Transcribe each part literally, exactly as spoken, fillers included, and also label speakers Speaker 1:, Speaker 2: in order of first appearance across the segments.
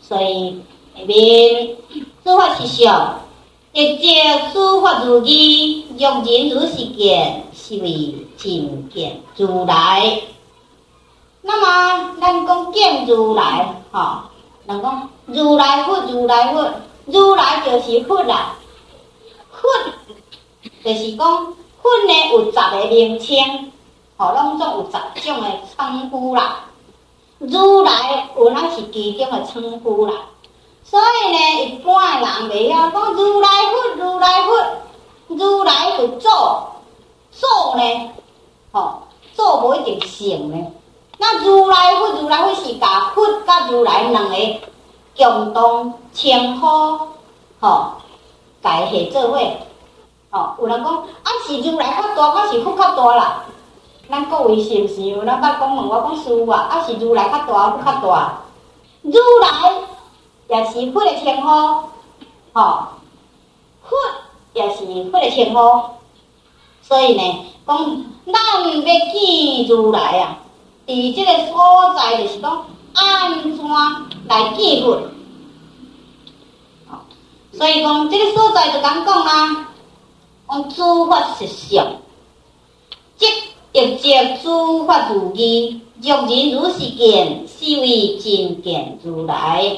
Speaker 1: 所以下面诸法实相，一即诸法如义，若人如是见，是为真见如来。那么咱讲见如来，吼、哦，人讲如来佛，如来佛，如来就是佛啦。佛就是讲佛呢有十个名称，吼、哦，拢总有十种的称呼啦。如来有那是其中的称呼啦。所以呢，一般的人袂晓讲如来佛，如来佛，如来有做做呢，吼、哦，做无一定成呢。那如来佛，如来佛是甲佛甲如来两个共同称呼，吼、哦，甲伊合做伙。吼、哦，有人讲啊是如来较大，还是佛较大啦？咱各位是毋是有咱捌讲问我讲师父啊，啊是如来较大，佛较大？如来也是佛的称呼，吼、哦，佛也是佛的称呼。所以呢，讲咱要见如来啊，伫即个所在就是讲安怎来见佛。哦，所以讲即个所在就咁讲啦，讲诸法实相，即一即诸法如义，若人如是见，是为真见如来。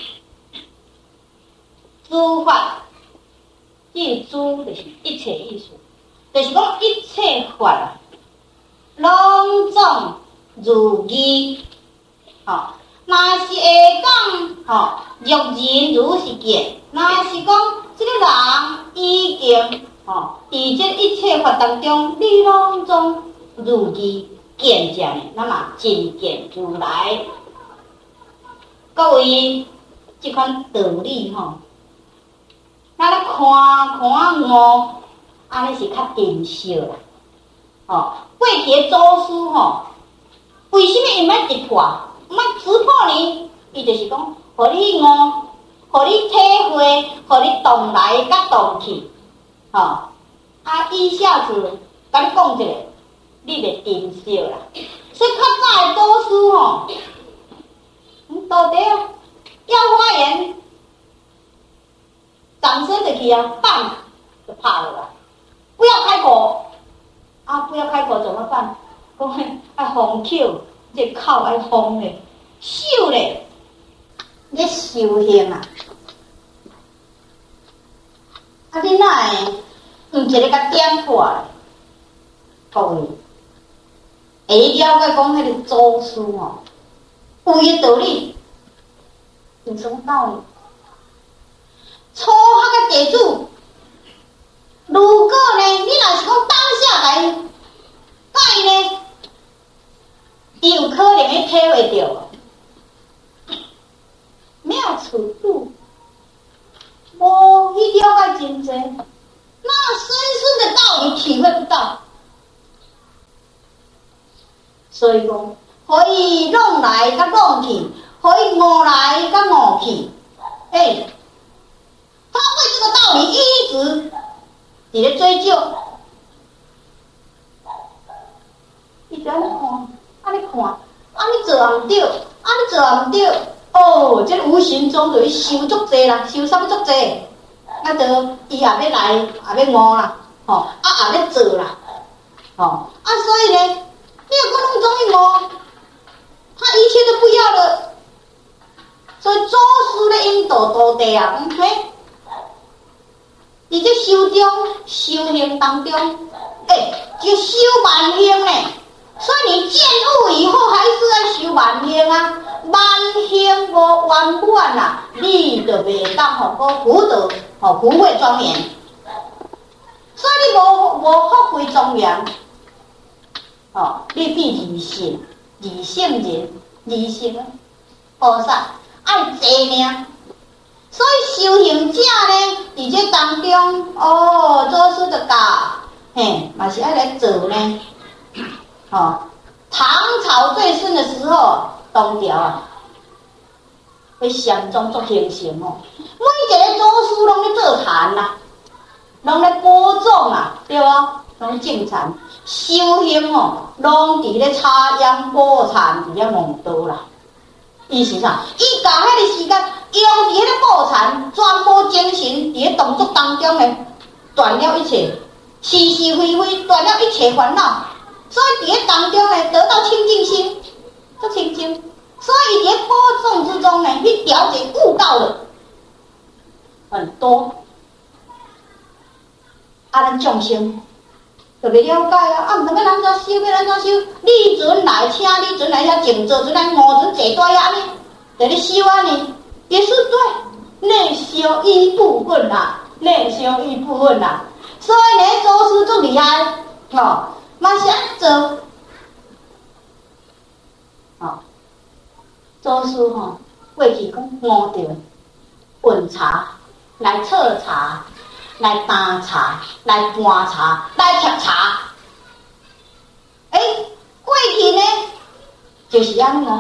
Speaker 1: 诸法，即个诸就是一切意思，就是讲一切法啊，拢总如义。吼、哦，若是会讲，吼、哦，若人如是见，若是讲即个人已经，吼、哦，伫即一切法当中，你拢总如义见者呢，那么真见如来。各位，即款道理吼。咱咧看看悟，安尼是较珍惜啦。吼、哦，过去的祖师吼，为什么伊毋爱直破，毋爱直破呢？伊就是讲，互你悟，互你体会，互你动来甲动去，吼、哦，啊，一下子甲你讲一个，你袂珍惜啦。所以较早的祖师吼，嗯，到底啊，要发言。掌声就去啊，棒就拍了啦。不要开口啊！不要开口怎么办？讲嘿，爱封口，这口爱封嘞，手嘞，咧修行啊！啊，你哪会用一个甲点破咧？各位，会了解讲迄个祖师哦，有伊道理，有什么道理？初学的弟子，如果呢，你若是讲当下来改呢，伊有可能会体会到，没有尺度，无去了解真济，那深深的道理体会不到。所以讲，可以弄来甲弄去，可以悟来甲悟去，哎。他对这个道理一直伫咧追究，伊就安尼看，安尼看，安尼做也毋对，安尼做也毋对，哦，这无形中就去修足济啦，修啥物足济，啊，就伊也要来，也要悟啦，吼、哦，啊，也要做啦，吼、哦，啊，所以呢，你若讲拢总去悟，他一切都不要了，所以祖师咧引导徒弟啊，讲嘿。伫这修中修行当中，哎、欸，就修万行呢。所以你见悟以后，还是要修万行啊。万行无圆满啊，你就袂当吼个福德吼福慧庄严。所以你无无福慧庄严，哦，你必理性，理性人，理性啊，菩萨爱济命。所以修行者呢，伫这当中，哦，祖师的教，嘿，嘛是爱来做呢。哦，唐朝最盛的时候，唐朝啊，被禅宗做形成哦，每一个祖师拢咧做禅啦，拢咧播种啦，对吧？拢种禅，修行哦，拢伫咧插秧播禅，伫咧望道啦。意思啥？伊甲迄个时间。 禅，全部精神伫个动作当中呢，断了一切是是非非，断了一切烦恼，所以伫个当中呢，得到清净心，足清净。所以伫个播种之中呢，去了解悟道的很多。啊，咱众生就袂了解啊！啊，毋通要咱怎修？要咱怎修？你阵来，请你阵来遐静坐，阵来五阵坐在遐呢，在咧修安尼，也是对内修一部分啦，内修一部分啦。所以呢，祖师足厉害，吼、哦，嘛是安做，吼、哦，祖师吼、哦，过去讲悟着闻茶来测茶。来打茶，来搬茶，来贴茶。哎、欸，过去呢，就是安尼哦。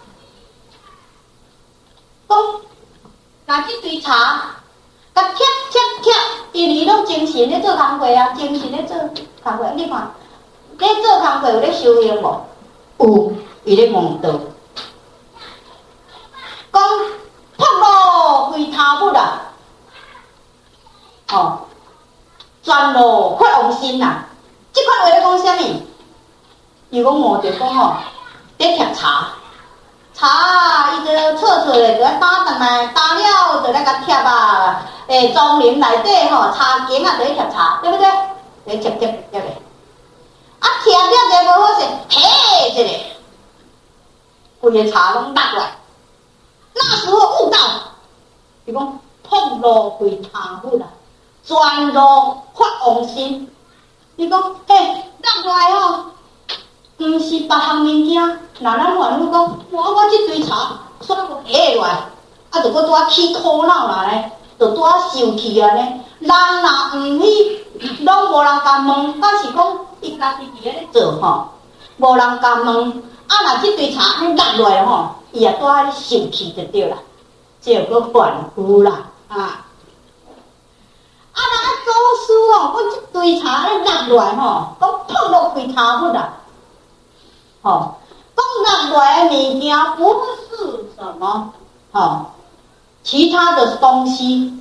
Speaker 1: 讲，拿这堆茶，甲贴贴贴，因为拢精神咧做工课啊，精神咧做工课。你看，咧做工课有咧修行无？有，伊咧悟道。讲，破路开他不啦。哦，转路发往心呐！这款话咧讲啥物？伊讲悟着讲吼，咧贴茶，茶伊就错错咧，就来打上来，打了就来甲贴啊，诶，庄林内底吼，茶间啊，就咧贴茶，对不对？咧贴贴贴咧，啊，贴了就无好势，嘿，一个，规个茶拢落来，那时候悟道，伊讲破路开他不啦。转路发往心，你讲嘿，落来吼，毋是别项物件。若咱烦恼讲，我我即堆茶煞个下落来，啊，着搁拄啊起苦恼啦咧，着拄啊受气啊咧。人若毋去，拢无人甲问，敢是讲伊家己伫咧做吼，无人甲问。啊，若即堆茶落落来吼，伊也拄啊受气就对啦，这个反复啦啊。啊，那啊，祖师哦，我这堆茶咧落来吼，讲破落开他不啦，吼，讲落来的物件不是什么，吼，其他的东西，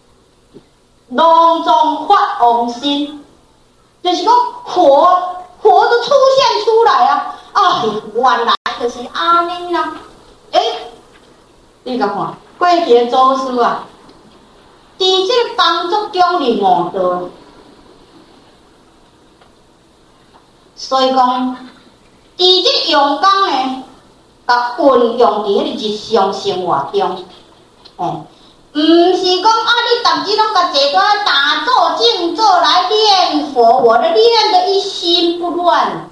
Speaker 1: 隆中发往心，就是讲火火都出现出来啊，啊，原来就是安尼啦，诶、欸，你甲看，过去的祖师啊。伫即个工作中哩悟道，所以讲，伫即个用功呢，甲运用伫迄个日常生活中，诶，毋是讲啊，你逐日拢甲坐在打坐静坐来念佛，我的念的一心不乱，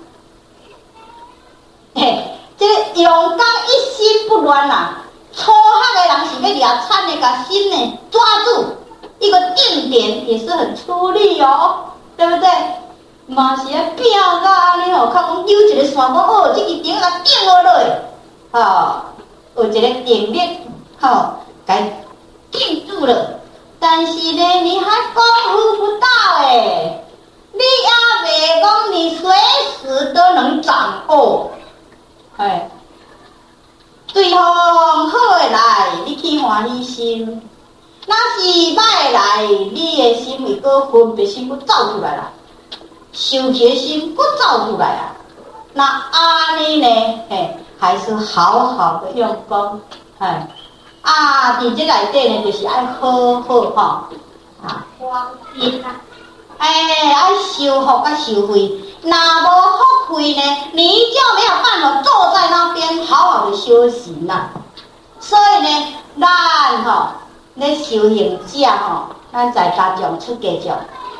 Speaker 1: 嘿，这个用功一心不乱啦。初学的人是要抓惨的，把心呢抓住一个定点，也是很出力哦，对不对？嘛是要拼到安尼吼，较讲有一个线讲哦，这个点甲定落来，吼，有一个定力，吼，该定住了。但是呢，你还功夫不到诶，你也袂讲你随时都能掌握，哎。对方好诶来，你去欢喜心；若是歹来，你诶心会搁分别心搁走出来啦，受气心搁走出来啊。那安尼呢？嘿，还是好好的用功，嘿，啊，伫这内底呢，就是爱好好吼，啊，关心啊，哎，爱修福甲修慧。若无福慧呢，你就没有办法坐在那边好好的修行啦。所以呢，咱吼，咧修行者吼，咱在家中出家众，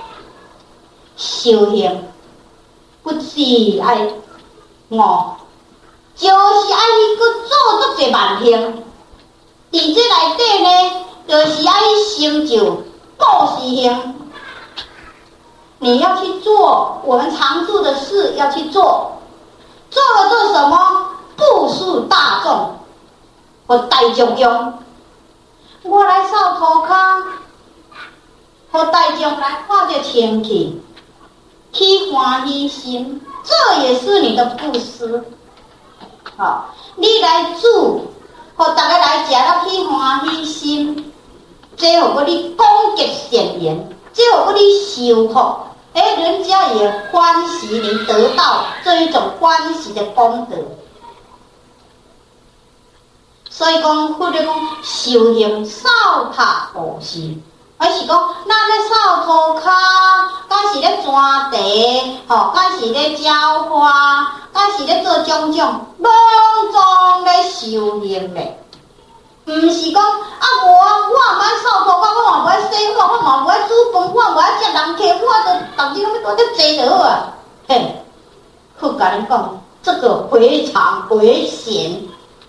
Speaker 1: 修行不是爱悟，就是爱去搁做足侪万行。伫这内底呢，就是爱去成就布施行。你要去做我们常做的事，要去做，做了做什么？布施大众或大众用。我来扫涂骹，和大众来看着清气，去欢喜心，这也是你的布施。好，你来煮，和大家来食了去欢喜心， 这互过你广结善缘，这互过你修福，哎，人家也欢喜你得到这一种欢喜的功德。所以讲，或者讲修行扫塔布施，还是讲咱咧扫涂骹，敢是咧钻地，吼，敢是咧浇花，敢是咧做种种，拢总咧修行咧。毋是讲啊，我我毋爱扫涂骹，我嘛无爱洗碗，我嘛无爱煮饭，我无爱接人客，我都逐日拢要在这坐就好啊。嘿，去甲你讲，这个非常危险。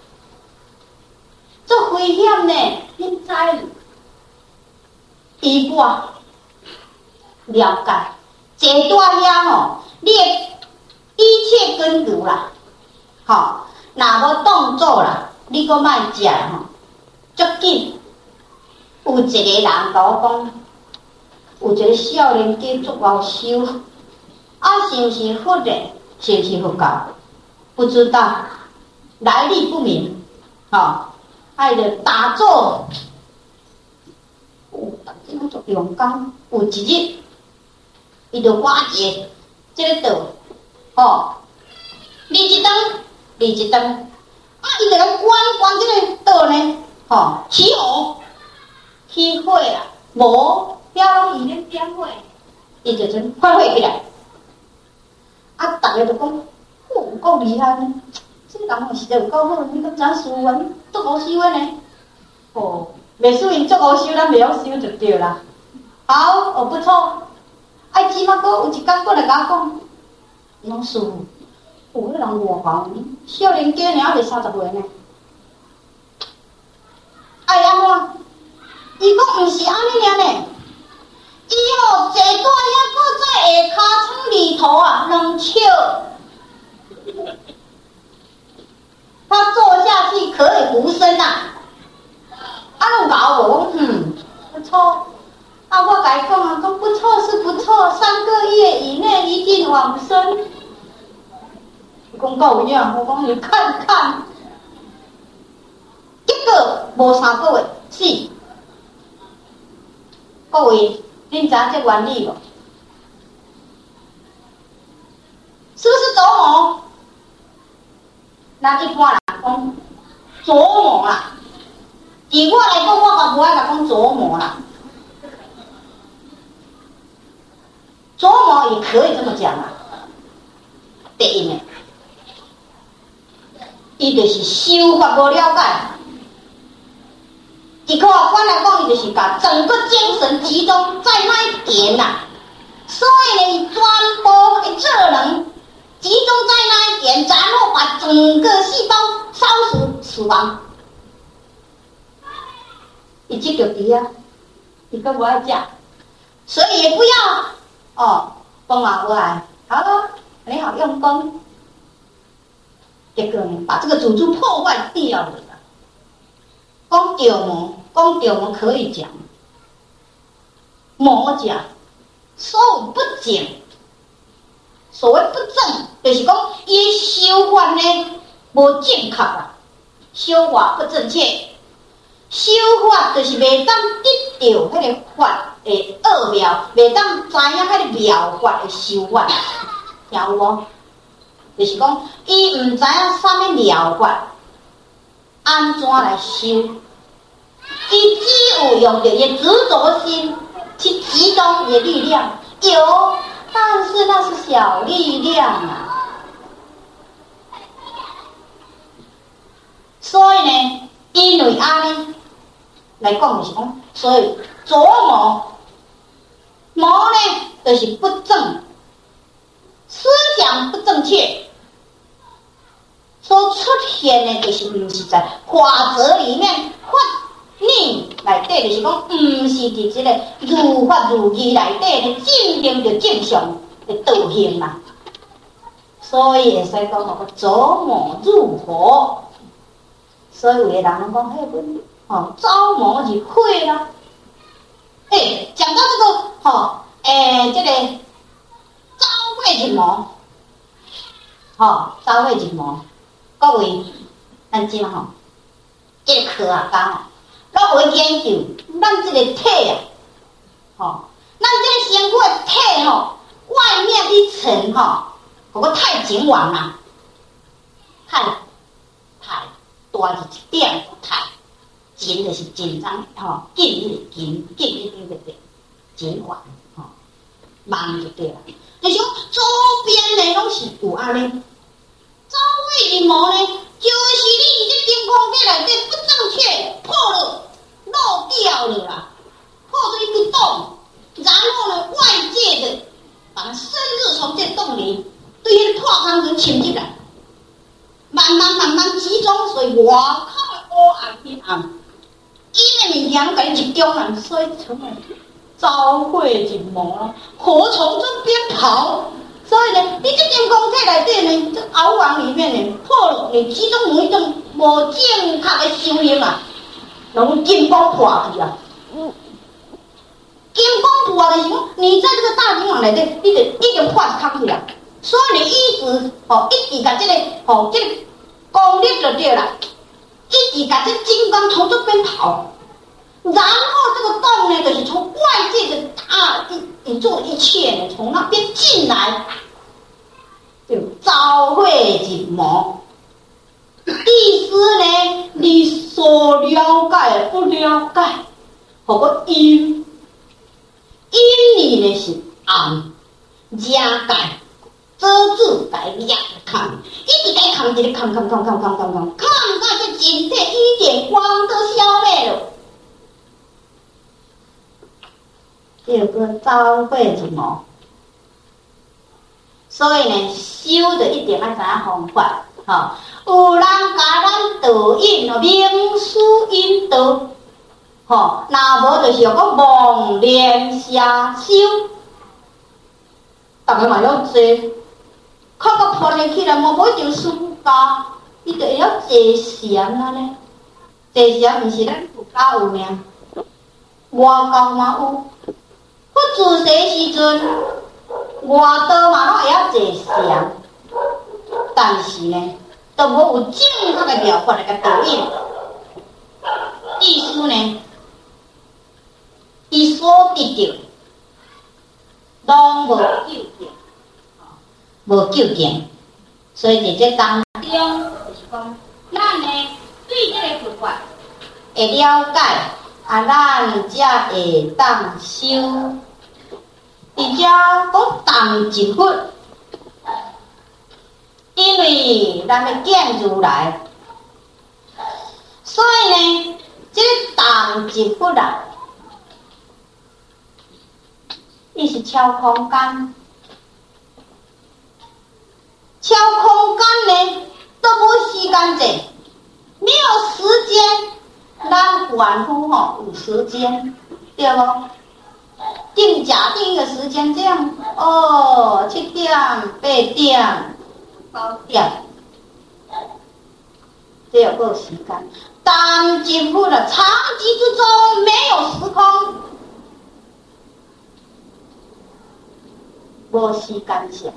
Speaker 1: 足危险呢，恁知？依我了解，坐在遐吼，你的一切根据啦，吼，若无动作啦，你阁莫食吼，足紧。有一个人甲我讲，有一个少年家足优秀，啊，是毋是佛的？是毋是佛教？不知道，来历不明，吼。爱着打坐，有逐日做用功，有一日，伊就挖掘这个道，吼，立一灯，立一灯，啊，伊就来观观这个道呢，吼，起火，起火啦，无，遐拢伊咧点火，伊就真发火起来，啊，逐个就讲，哦，够厉害呢。这个人实在有够好，你敢知思源足好修的呢？哦，袂输因足好修，咱袂晓修就对啦。好，哦不错。啊，即马阁有一工过来甲我讲，伊讲师父，哦，迄人外行呢，少年家尔还袂三十岁呢。哎安怎？伊讲毋是安尼尔呢，伊吼坐在遐，搁在下骹床里头啊，两笑。他坐下去可以无声呐、啊，啊，弄搞我，嗯，不错，啊，我甲伊讲啊，讲不错是不错，三个月以内一定往生。伊讲够有影，我讲你看看，结果无三个月死。各位，恁知这原理无？是不是走魔？那一般人讲琢磨啦，以我来讲，我嘛无爱甲讲琢磨啦。琢磨也可以这么讲啊。第一呢，伊就是修法无了解，以客观来讲，伊就是把整个精神集中在那一点呐、啊，所以呢，伊专播的热能。集中在那一点，然后把整个细胞烧死死亡。伊这就对啊，伊个无爱食，所以也不要哦，功劳无爱，好了，你好用功，结果呢，把这个组织破坏掉了。讲掉魔，讲掉魔可以讲，魔讲，所有不讲。所谓不正，就是讲伊修法呢无正确啦，修法不正确，修法就是袂当得到迄个法的奥妙，袂当知影迄个妙法的修法，听有无？就是讲伊毋知影啥物妙法，安怎来修？伊只有用着伊执着心去集中伊的力量，有。但是那是小力量啊，所以呢，因为安尼来讲就是讲，所以琢磨，磨呢就是不正，思想不正确，所出现的就是毋是在法则里面法念内底，就是讲毋是伫即个如法如义内底咧进行着正常的道行啦。所以会使讲个琢磨入佛。所以有的人讲，迄本哦招魔入会啦。诶，讲到这个吼，诶，这个招会入魔，吼招会入魔，各位，咱知嘛吼？这个科学家吼。 拢无研究，咱这个体啊，吼，咱这个身躯的体吼，外面一层吼，嗰个太紧网啊，太太大是一点太紧就是紧张吼，紧就是紧，紧一点就对，紧网吼，网就对了。就是讲周边呢拢是有安尼，周围阴谋呢，就是你伫这真空体内底不正确破了，漏掉了啦，破出一个洞，然后呢，外界的把它深入从这洞里对迄个破空层侵进来，慢慢慢慢集中，所以外口的乌暗黑暗，因的物件拢甲你集中了，所以成为朝会景魔啊，火从这边跑。所以呢，你这真空体内底呢，这凹网里面呢，破了，你集中某一种无正确的修行啊，拢金光破去啊。金光破的时候，你在这个大金网内底，你就已经破一空去了。所以你一直哦，一直把这个哦，这个功力就对了，一直把这金光从这边跑。然后这个洞呢，就是从外界的大宇宙一切呢，从那边进来，就招会景魔。意思呢，你所了解不了解，何个因？因里呢是暗，加盖遮住改压看，一直在看，一直看看看看看看看，看到这景体一点光都消灭了。叫做招会景魔，所以呢，修的一定要知影方法，吼、哦。有人教咱导引哦，明师引导，吼、哦。若无就是要讲妄念下修，大家嘛要坐，靠个盘起起来，无无一定输家，伊就会晓坐禅啊咧。坐禅毋是咱佛家有命，外教嘛有。不自习时阵，外道嘛拢会晓坐禅，但是呢，都无有正确的疗法来个导引。意思呢，伊所得到，拢无究竟，无究竟，所以伫这当中就是讲，咱呢对这个佛法会了解。啊，咱才会当修，而且讲当一佛，因为咱要见如来，所以呢，这个当一佛啊，伊是超空间，超空间呢都无时间者，没有时间。咱凡夫吼有时间，对不？定假定一个时间，这样哦，七点、八点、九点，这有够时间。但几乎的长期之中没有时空，无时间想。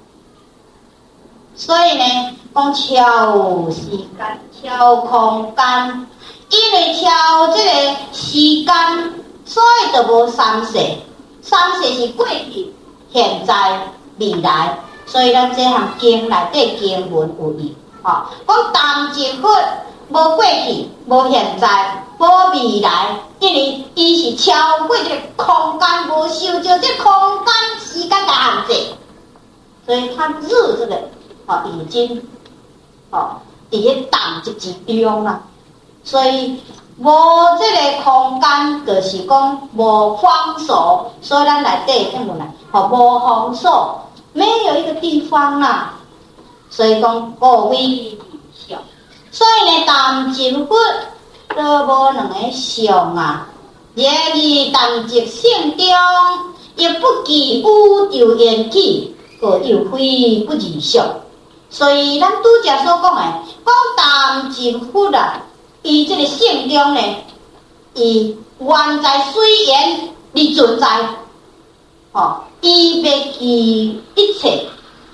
Speaker 1: 所以呢，讲超时间、超空间。因为超这个时间，所以就无三世。三世是过去、现在、未来，所以咱这项经内底经文有意，吼，讲当一佛无过去、无现在、无未来，因为伊是超过这个空间，无受着这空间、时间的限制，所以他入这个吼已经吼伫咧当一之中啦。所以无这个空间，就是讲无方所，所以咱内底听无来，吼无方所，没有一个地方啦、啊。所以讲无位相，所以呢，当一佛都无两个相啊。然而当一性中，亦不记宇宙缘起，个又非不二相。所以咱拄则所讲的，讲当一佛啊。伊这个性中呢，伊原在虽然而存在，吼、哦，伊袂记一切，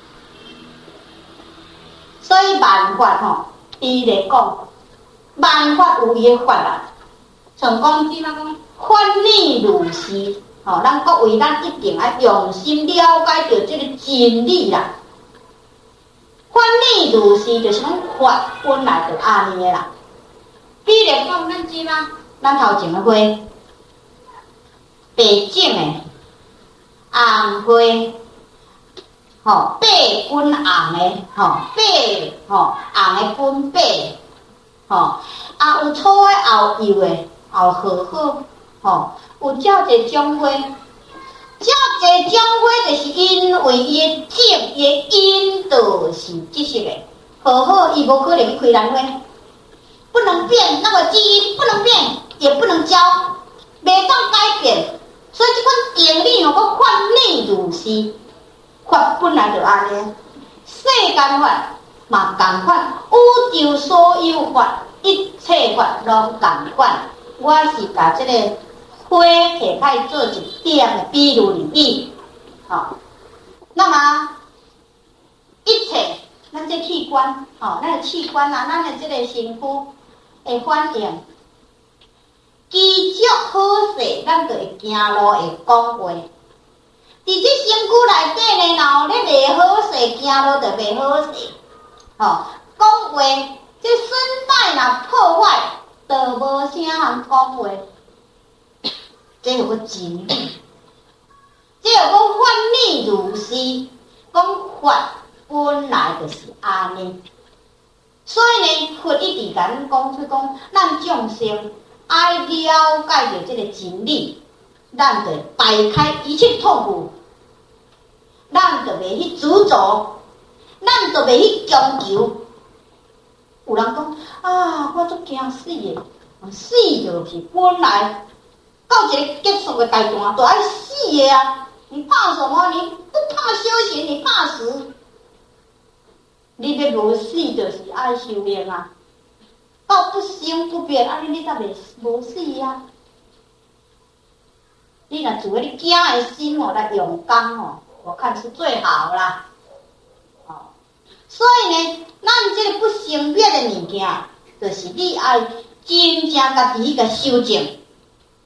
Speaker 1: 所以万法吼，伊来讲，万法有伊的法啊， 像讲即马讲反逆如是，吼，咱各位咱一定要用心了解到即个真理啦。反逆如是，就是讲法本来就安尼个啦。比如讲，咱即马咱头前个花，白种的、红花，吼，白滚红的，吼，白吼红的滚白，吼，啊有粗的后幼的，后好好，吼，有遮侪种花，遮侪种花，就是因为伊的种，伊的因就是即色的，好好伊无可能开兰花。不能变，那个基因不能变，也不能教，袂当改变。所以这款定理哦，我反逆如是，法本来就安尼。世间法嘛共款，宇宙所有法，一切法拢共款。我是把这个花摕开做一点的比喻而已，好。那么一切，咱这器官，吼，咱的器官啊，咱的这个身躯。会反应，基础好势，咱就会行路会讲话。伫这身躯内底呢，若有咧袂好势，行路就袂好势。吼，讲话，这声带若破坏，就无啥通讲话。这有个真理，这有讲反逆如是，讲法本来就是安尼。所以呢，佛一直甲咱讲出讲，咱众生爱了解到这个真理，咱就摆开一切痛苦，咱就袂去执着，咱就袂去强求。有人讲啊，我足惊死的，死就是本来到一个结束的阶段，就爱死的啊！你怕什么？你不怕修行，你怕死。你要无死，就是爱修炼啊！到不生不变，安尼你才袂无死啊！你若做你惊的心哦来用功哦，我看是最好啦。哦，所以呢，咱这个不生灭的物件，就是你爱真正家己迄个修正。